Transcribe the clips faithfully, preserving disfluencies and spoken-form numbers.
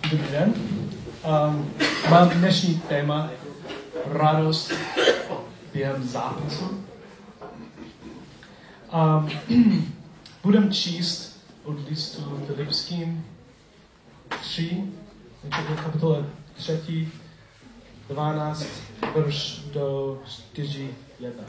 Dobrý den. Um, mám dnešní téma radost během zápasu. Um, budem číst od listu Filipským tři, kapitola tři, dvanáct, verš do čtyři, jedna.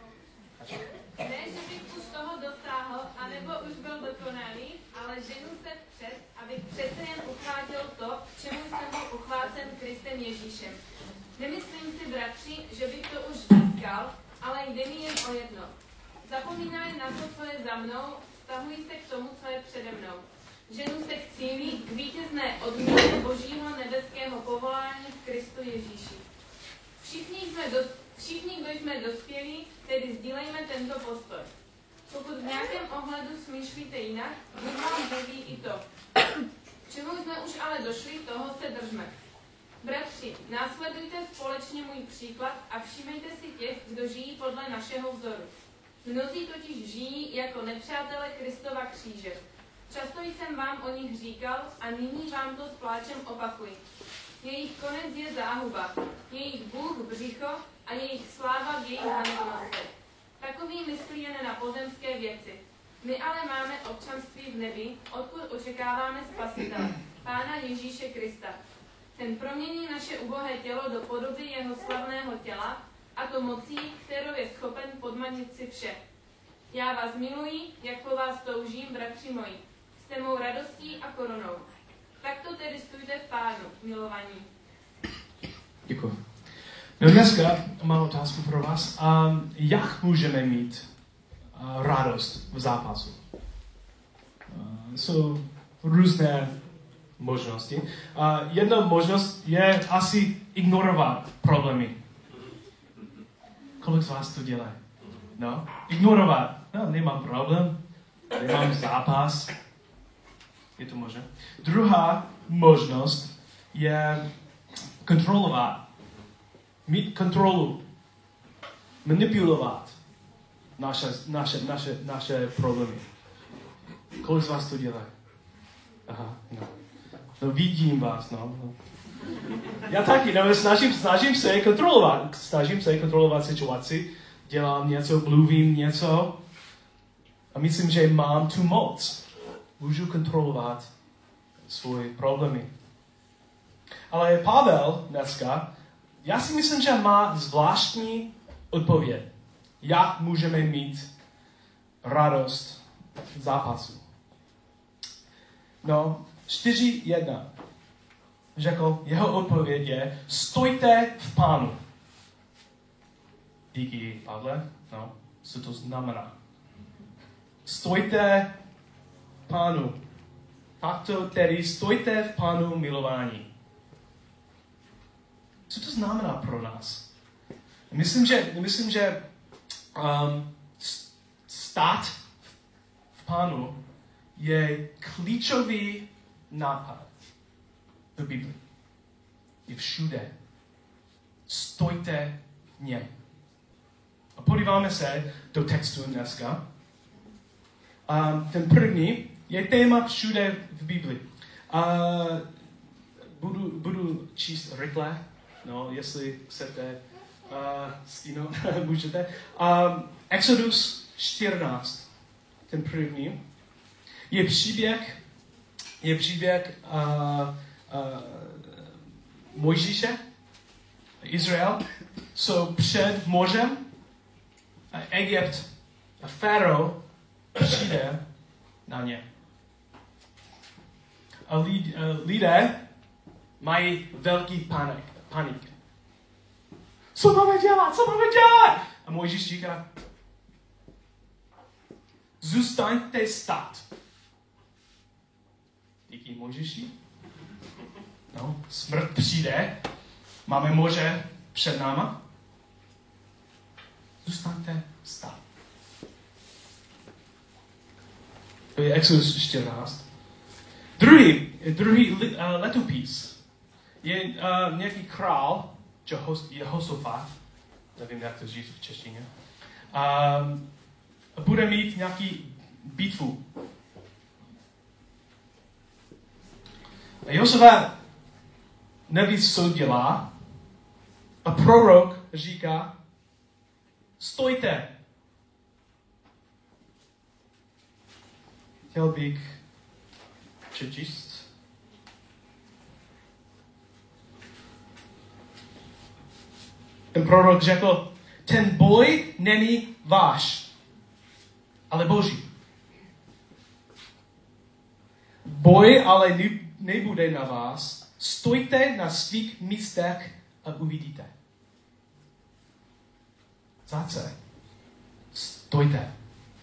Ne, že bych už toho dosáhl, anebo už byl dokonalý, ale ženu se před, abych přece jen uchvátil to, k čemu jsem byl uchvácen Kristem Ježíšem. Nemyslím si, bratři, že bych to už získal, ale jde mi jen o jedno. Zapomínaj na to, co je za mnou, vztahuj se k tomu, co je přede mnou. Ženu se k cíli, k vítězné odměně Božího nebeského povolání v Kristu Ježíši. Všichni, jsme dos, všichni, kdo jsme dospělí, tedy sdílejme tento postoj. Pokud v nějakém ohledu smýšlíte jinak, Bůh vám zjeví i to. K čemu jsme už ale došli, toho se držme. Bratři, následujte společně můj příklad a všímejte si těch, kdo žijí podle našeho vzoru. Mnozí totiž žijí jako nepřátelé Kristova kříže. Často jsem vám o nich říkal a nyní vám to s pláčem opakuji. Jejich konec je záhuba, jejich Bůh břicho a jejich sláva v jejich hanebnostech. Takový myslí jen na pozemské věci. My ale máme občanství v nebi, odkud očekáváme Spasitele, Pána Ježíše Krista. Ten promění naše ubohé tělo do podoby jeho slavného těla, a to mocí, kterou je schopen podmanit si vše. Já vás miluji, jak po vás toužím, bratři moji. Jste mou radostí a korunou. Takto tedy stůjte v Pánu, milovaní. Děkuji. No dneska mám otázku pro vás. Um, jak můžeme mít uh, radost v zápasu? Uh, jsou různé možnosti. Uh, jedna možnost je asi ignorovat problémy. Kolik z vás to dělá? No, ignorovat. No, nemám problém, nemám zápas. Je to možné. Druhá možnost je kontrolovat. Mít kontrolu. Manipulovat naše, naše, naše, naše problémy. Kolik z vás to dělá? Aha, no. No vidím vás, no. no. Já taky, no, snažím, snažím se kontrolovat. Snažím se kontrolovat situaci. Dělám něco, mluvím něco. A myslím, že mám tu moc. Můžu kontrolovat svoje problémy. Ale Pavel dneska, já si myslím, že má zvláštní odpověď. Jak můžeme mít radost v zápasu? No, čtyři jedna. Řekl, jeho odpověď je, stojte v Pánu. Díky, Pavle. No, co to znamená? Stojte v Pánu. Takto tedy stojte v Pánu milování. Co to znamená pro nás? Myslím, že, myslím, že um, stát v Pánu je klíčový nápad v Bibli. Je všude. Stojte v něm. A podíváme se do textu dneska. Um, ten první je téma všude v Bibli. Uh, budu, budu číst rychle, no, jestli chcete uh, stínout, můžete. Um, Exodus čtrnáct, ten první, je příběh, je příběh uh, uh, Mojžíše, Izrael, jsou před mořem, a Egypt a Farao přijde na ně. A lid, uh, lidé mají velký panik. panik. Co máme dělat? Co máme dělat? A Mojžíš říká, zůstaňte stát. Díky Mojžíši. No, smrt přijde. Máme moře před náma. Zůstaňte stát. To je Exodus čtrnáct. Druhý, druhý uh, letopis je uh, nějaký král, Jehosofat, nevím, jak to říct v češtině, um, bude mít nějaký bitvu. A Jehosofat neví, co dělá. A prorok říká, stojte. Chtěl bych přečíst. Ten prorok řekl, ten boj není váš, ale Boží. Boj ale nebude na vás. Stojte na svých místech a uvidíte. Zase. Stojte.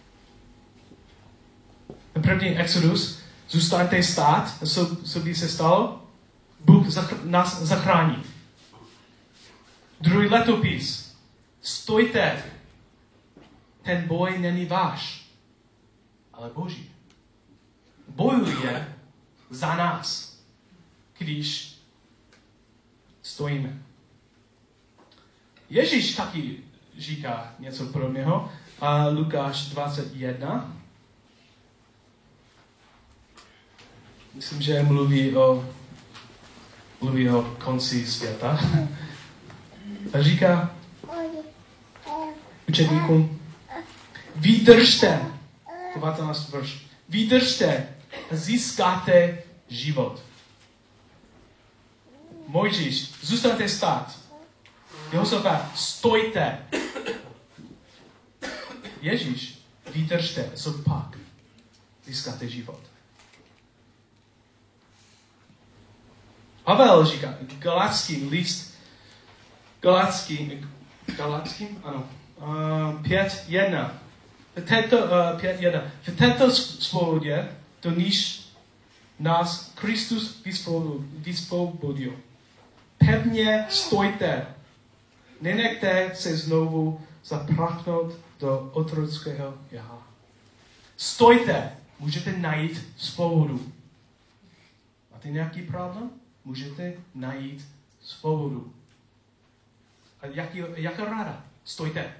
Ten první Exodus, zůstaňte stát, co, co by se stalo? Bůh zachr- nás zachrání. Druhý letopis. Stojte. Ten boj není váš, ale Boží. Bojuje za nás, když stojíme. Ježíš taky říká něco podobného. A Lukáš dvacet jedna. Myslím, že mluví o, mluví o konci světa. A říká učedníkům, vydržte, dvanáctý verš, vydržte a získáte život. Mojžíš, zůstaňte stát. Jehosafát, stojte. Ježíš, vydržte, co pak získáte život. Pavel říká, Galatský list, Galatský, Galatský, ano, uh, pět jedna. V této, uh, pět jedna. V této svobodě, do níž nás Kristus vysvobodil. Pevně stojte. Nenechte se znovu zaprachnout do otrockého jaha. Stojte. Můžete najít svobodu. Máte nějaký problém? Můžete najít svobodu. A jaký, jaká rada? Stojte.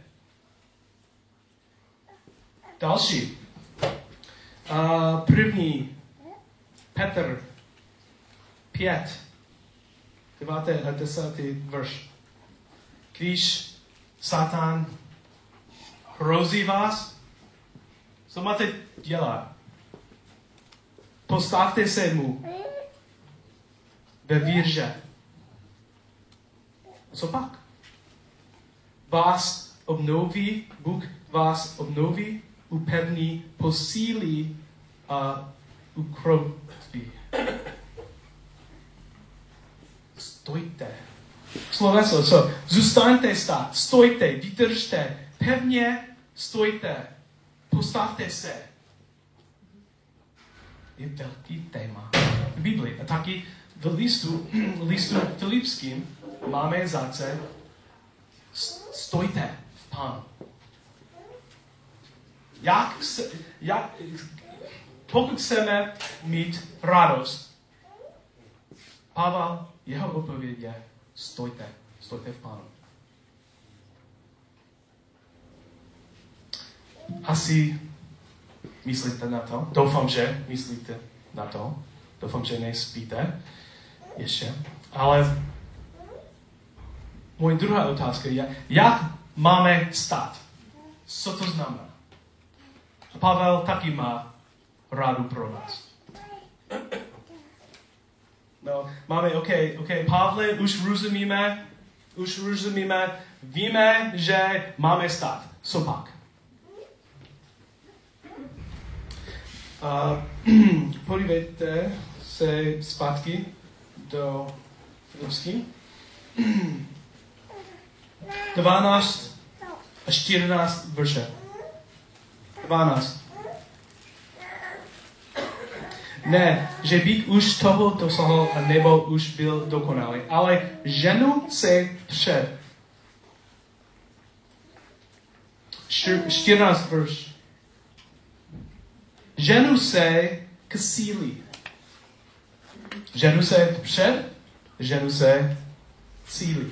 Další. Uh, první. Petr. Pět. Deváté a desátý verš. Když Satan hrozí vás, co máte dělat? Postavte se mu ve víře. Co pak? Vás obnoví, Bůh vás obnoví, upevní, posílí a ukroví. Stojte. Sloveso, co? Zůstaňte stát, stojte, vydržte, pevně stojte, postavte se. Je velký téma v Biblii. A taky v listu, listu Filipským máme zase stojte v Pánu. Jak, se, jak, pokud chceme mít radost, Pavel, jeho odpověď je stojte, stojte v Pánu. Asi myslíte na to? Doufám, že myslíte na to. Doufám, že nespíte ještě. Ale moje druhá otázka je, jak máme stát? Co to znamená? Pavel taky má radu pro nás. No, máme, OK, OK, Pavle, už rozumíme, už rozumíme, víme, že máme stát. Co pak? Uh, podívejte se zpátky do Filipským. dvanáct a čtrnáct verše. dvanáct. Ne, že bych už toho dosáhl a nebo už byl dokonalý, ale ženu se před. čtrnáct verš. Ženu se k síli. Ženu se před, ženu se síli.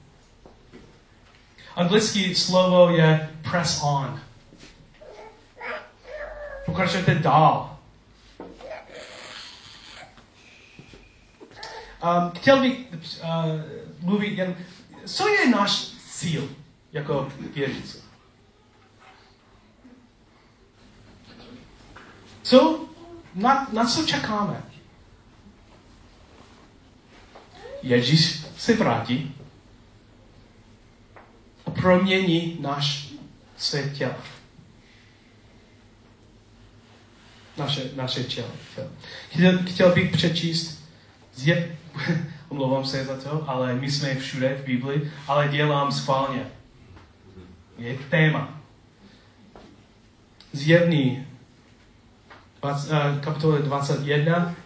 Anglické slovo je press on. Pokračujte dál. Um, chtěl bych uh, mluvit jen, co je náš cíl jako věřící? Co, na, na co čekáme? Ježíš se vrátí a promění náš své tělo. Naše, naše tělo. Chtěl, chtěl bych přečíst, zje, omlouvám se za to, ale my jsme všude v Bibli, ale dělám schválně. Je téma. Zjevný kapitola dvacet jedna,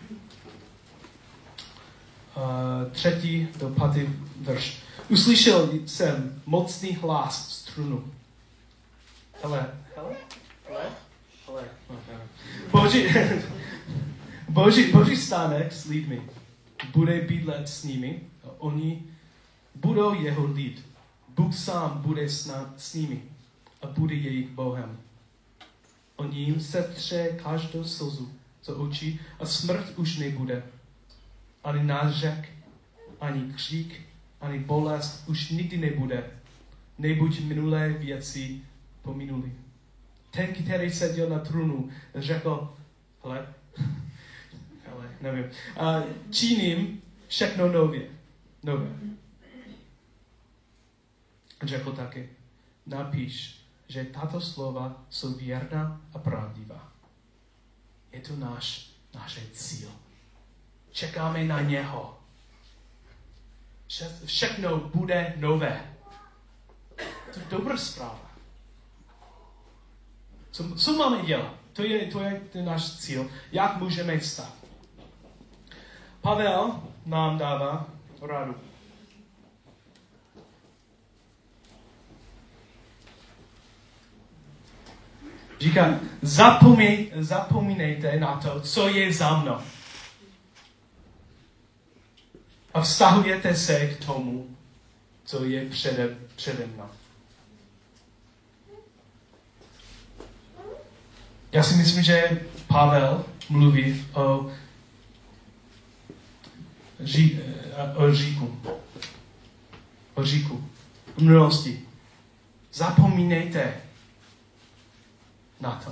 třetí do pátý verš. Uslyšel jsem mocný hlas z trůnu. Hele, hele, hele, hele. Boží, boží, boží stánek s lidmi bude bydlet s nimi a oni budou jeho lid. Bůh sám bude s nimi a bude jejich Bohem. On jim setře každou slzu z očí a smrt už nebude. Ani nářek, ani křik, ani bolest už nikdy nebude. Neboť minulé věci pominuli. Ten, který seděl na trůnu, řekl, hele, hele, nevím, a činím všechno nově, nové. Řekl taky, napiš, že tato slova jsou věrná a pravdivá. Je to náš, náš cíl. Čekáme na něho. Všechno bude nové. To je dobrá zpráva. Co, co máme dělat? To je, to je ten náš cíl. Jak můžeme stát? Pavel nám dává radu. Říká, zapomí, zapomínejte na to, co je za mnou. A vztahujete se k tomu, co je přede, přede mnou. Já si myslím, že Pavel mluví o, ří, o říku. O říku. O minulosti. Zapomínejte na to.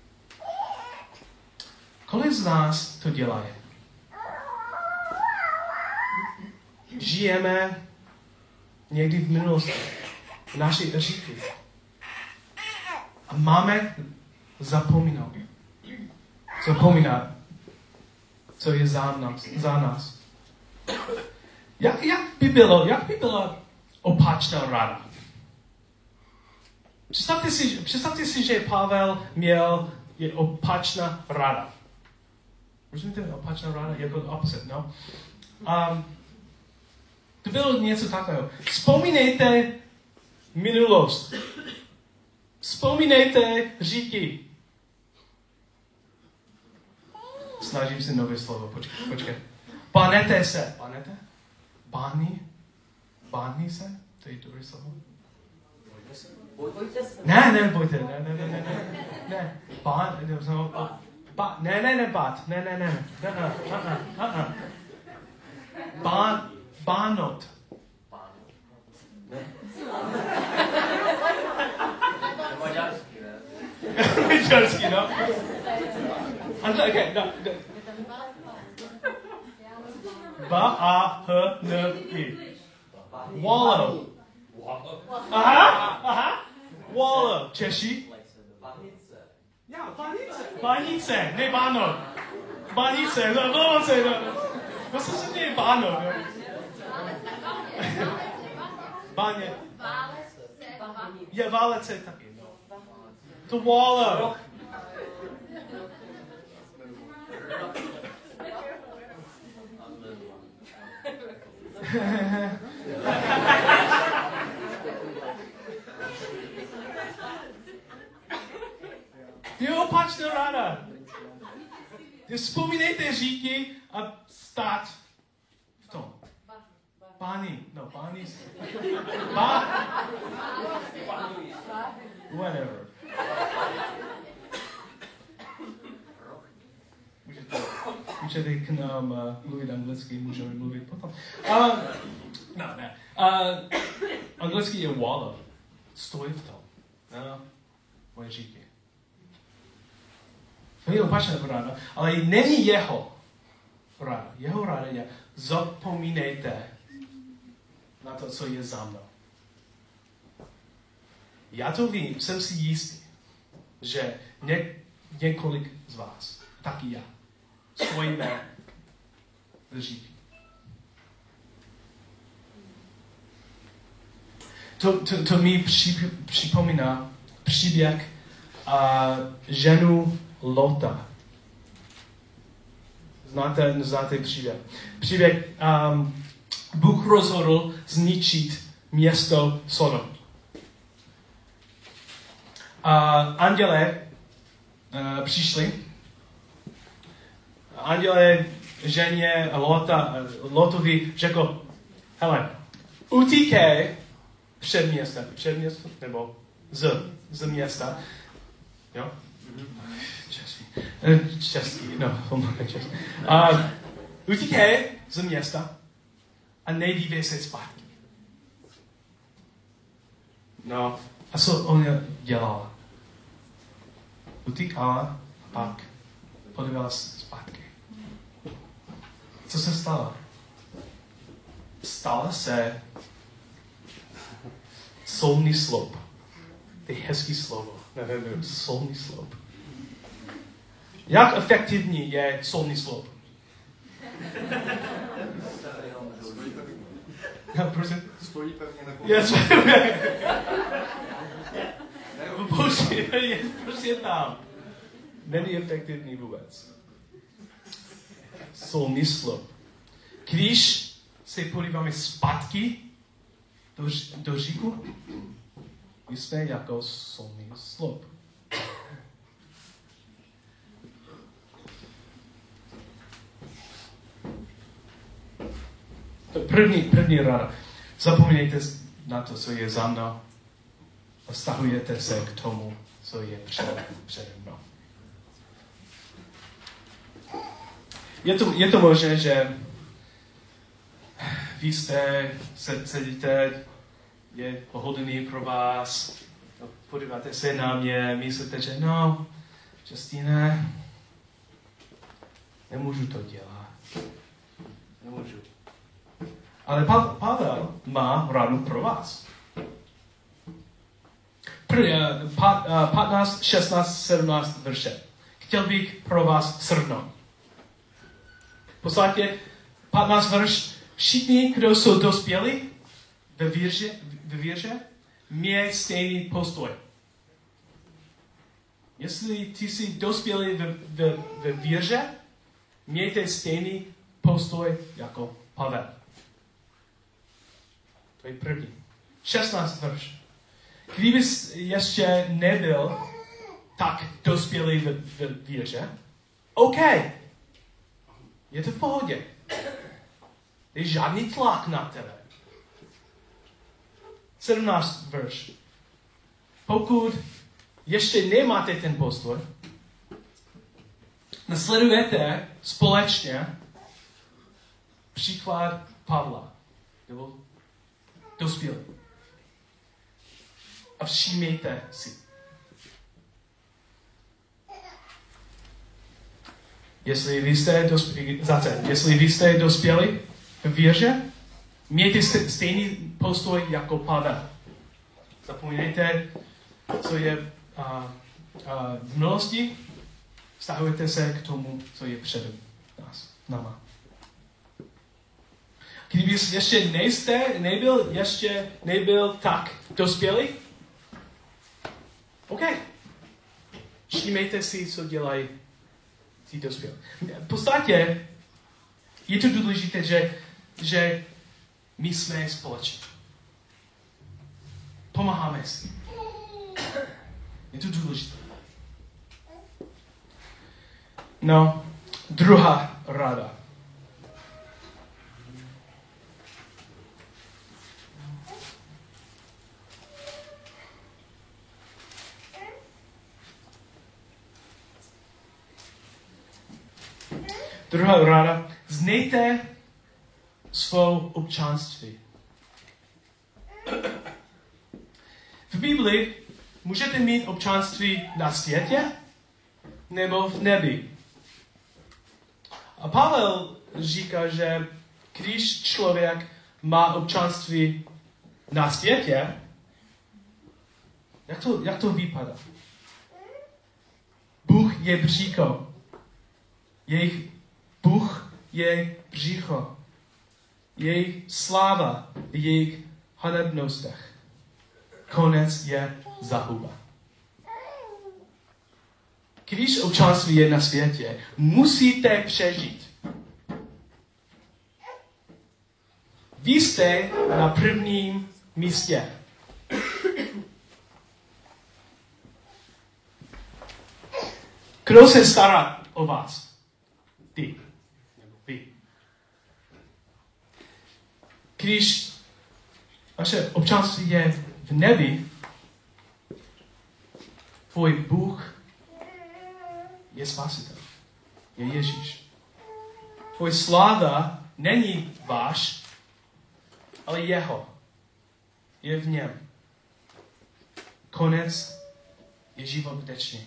Kolik z nás to dělají? Žijeme někdy v minulosti, v naší říky. A máme zapomínat. Zapomínat, co je za nás. Za nás. Jak, jak, by bylo, jak by byla opačná rada? Představte si, představte si, že Pavel měl je opačná rada. Rozumíte, opačná rada jako opposite, no? Um, to bylo něco takového. Vzpomínejte minulost. Vzpomínejte říky. Snažím se nové slovo, počkej, počkej. Banete se. Banete? Bání? Bání se? To je dobré slovo. Bojte se. Ne, ne, bojte, ne, ne, ne, ne, ne, ne, bát, ne, ba, ne, ne, ne, bát, ne, ne, ne, ne, ne, ne, ne, bán, bánot. Maďarsky, ne? Maďarsky, no. Okay, no, no. Ba, a, h, n, i. Wallow. Aha, aha. Wallow. Češi? Panice. Ja, banice. Banice, ne bánot. Banice, no, no, se, no. No, co se děje bánot, no? Báně. Je válece taky, no. To wallow. Je opačná rada. Vzpomínejte říky a stát v tom. Páni, no, páni. Ba. Whatever. Můžete. můžete k nám uh, mluvit anglicky, můžeme mluvit potom. Uh, no, ne. Uh, anglicky je wallow. Stojí v tom. No, moje říky. To je opačná rada, ale není jeho rada. Jeho rada je, zapomínejte na to, co je za mnou. Já to vím, jsem si jistý, že ně, několik z vás, taky já, stojíme v říky. To, to, to mi při, připomíná příběh a ženu Lota. Znáte, znáte příběh. Příběh, um, Bůh rozhodl zničit město Sodom. A andělé uh, přišli. Andělé ženě Lota, Lotovi řekl, hele, utíkej před městem, před městem, nebo z, z města. Jo? Český. Český, no, pomáhá český. Uh, utíkej z města a nedívej se zpátky. No, a co on dělal? Utíkala a pak podívala se zpátky. Co se stalo? Stala se solný sloup. To je hezký slovo. Ne, ne, ne, solný sloup. Jak efektivní je solný sloup? Stojí pevně nebo... Yes. Bože, je prostě tam. Není efektivní vůbec. Solný sloup. Když se podíváme zpátky do, do říku, jsme jako solný sloup. První, první rada. Zapomínejte na to, co je za mnou. A vztahujete se k tomu, co je před, přede mnou. Je to, je to možné, že vy jste, sedíte, je pohodlný pro vás, podíváte se na mě, myslíte, že no, Justine, nemůžu to dělat. Nemůžu. Ale Pavel má radu pro vás. patnáct, šestnáct, sedmnáct verše. Chtěl bych pro vás shrnout. V podstatě patnáct verš. Všichni, kdo jsou dospělí ve víře, ve víře, mějí stejný postoj. Jestli ty jsi dospělý ve, ve, ve víře, mějte stejný postoj jako Pavel. To je první. šestnáct verš. Kdybys ještě nebyl tak dospělý ve, ve víře, OK. Je to v pohodě. Je žádný tlak na tebe. sedmnáct verš. Pokud ještě nemáte ten postoj, nasledujete společně příklad Pavla. Nebo dospělý. A všímejte si. Jestli vy jste dospělí, zase, jestli vy jste dospělí v víře, mějte stejný postoj jako Pavel. Zapomínejte, co je uh, uh, v minulosti, vztahujete se k tomu, co je před nás, náma. Kdyby ještě nejste, nebyl ještě, nebyl tak dospělý, OK. Všímejte si, co dělají ti dospělí. V podstatě je to důležité, že, že my jsme společně. Pomáháme si. Je to důležité. No, druhá rada. Druhá rada. Znejte svou občanství. V Biblii můžete mít občanství na světě nebo v nebi. A Pavel říká, že když člověk má občanství na světě, jak to, jak to vypadá? Bůh je břicho. Jejich Bůh je břicho. Jejich sláva v jejich hanebnostech. Konec je zahuba. Když občanství je na světě, musíte přežít. Vy jste na prvním místě. Kdo se stará o vás? Ty. Nebo vy. Když vaše občanství je v nebi, tvůj Bůh je spasitel. Je Ježíš. Tvůj sláva není váš, ale jeho. Je v něm. Konec je život věčný.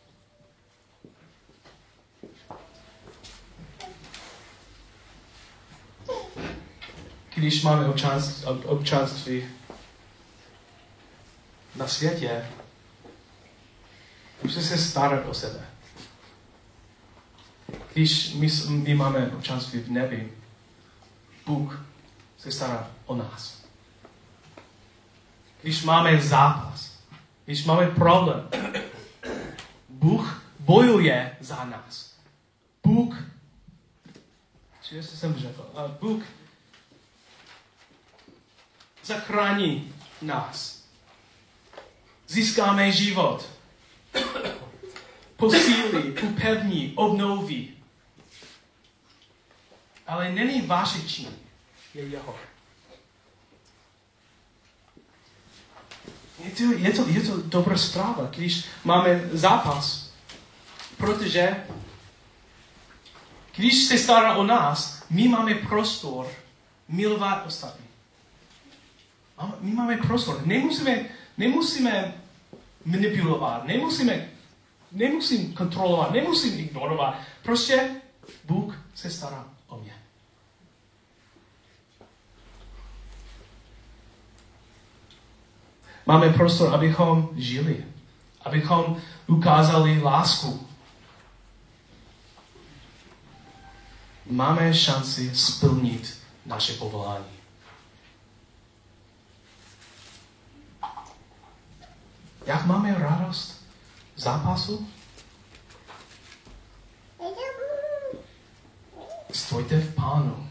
Když máme občanství, občanství na světě, musíme se starat o sebe. Když my, my máme občanství v nebi, Bůh se stará o nás. Když máme zápas, když máme problém, Bůh bojuje za nás. Bůh, co jsem řekl, Bůh zachrání nás. Získáme život. Posílí, upevní, obnoví. Ale není vaše čin, je jeho. Je to, je to, je to dobrá zpráva, když máme zápas. Protože když se stará o nás, my máme prostor milovat ostatní. My máme prostor. Nemusíme, nemusíme manipulovat, nemusíme, nemusím kontrolovat, nemusím ignorovat. Prostě Bůh se stará o mě. Máme prostor, abychom žili, abychom ukázali lásku. Máme šanci splnit naše povolání. Jak máme radost zápasu? Stojte v Pánu.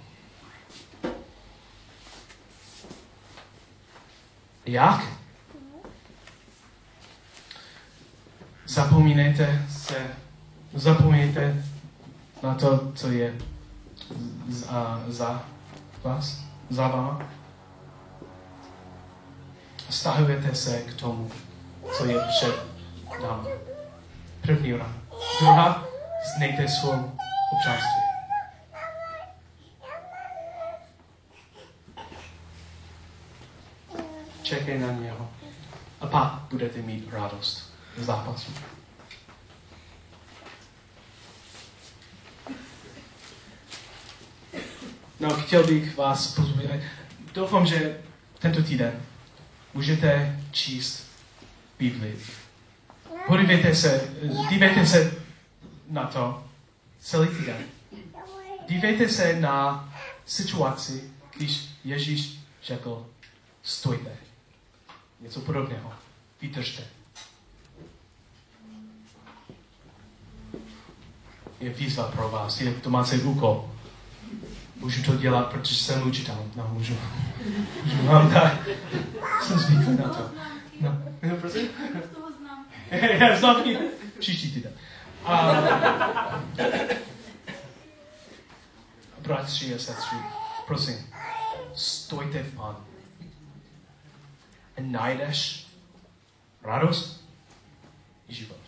Jak? Zapomínejte se, zapomínejte na to, co je za, za vás, za váma. Stahujete se k tomu, co je před námi. První rada. Druhá, znejte svou občanství. Čekej na něho. A pak budete mít radost v zápasu. No, chtěl bych vás pozvat. Doufám, že tento týden můžete číst Biblii. Podívejte se, dívejte se na to celý týden. Dívejte se na situaci, když Ježíš řekl, stojte. Něco podobného. Vydržte. Je výzva pro vás, je domácí úkol. Můžu to dělat, protože jsem učitel. No, můžu. Můžu vám dát. Jsem zvyklý na to. No, no prosím? Z toho znám. Já znám příští týden. A bratři a sestry, prosím, stojte v Pánu. A najdeš radost i život.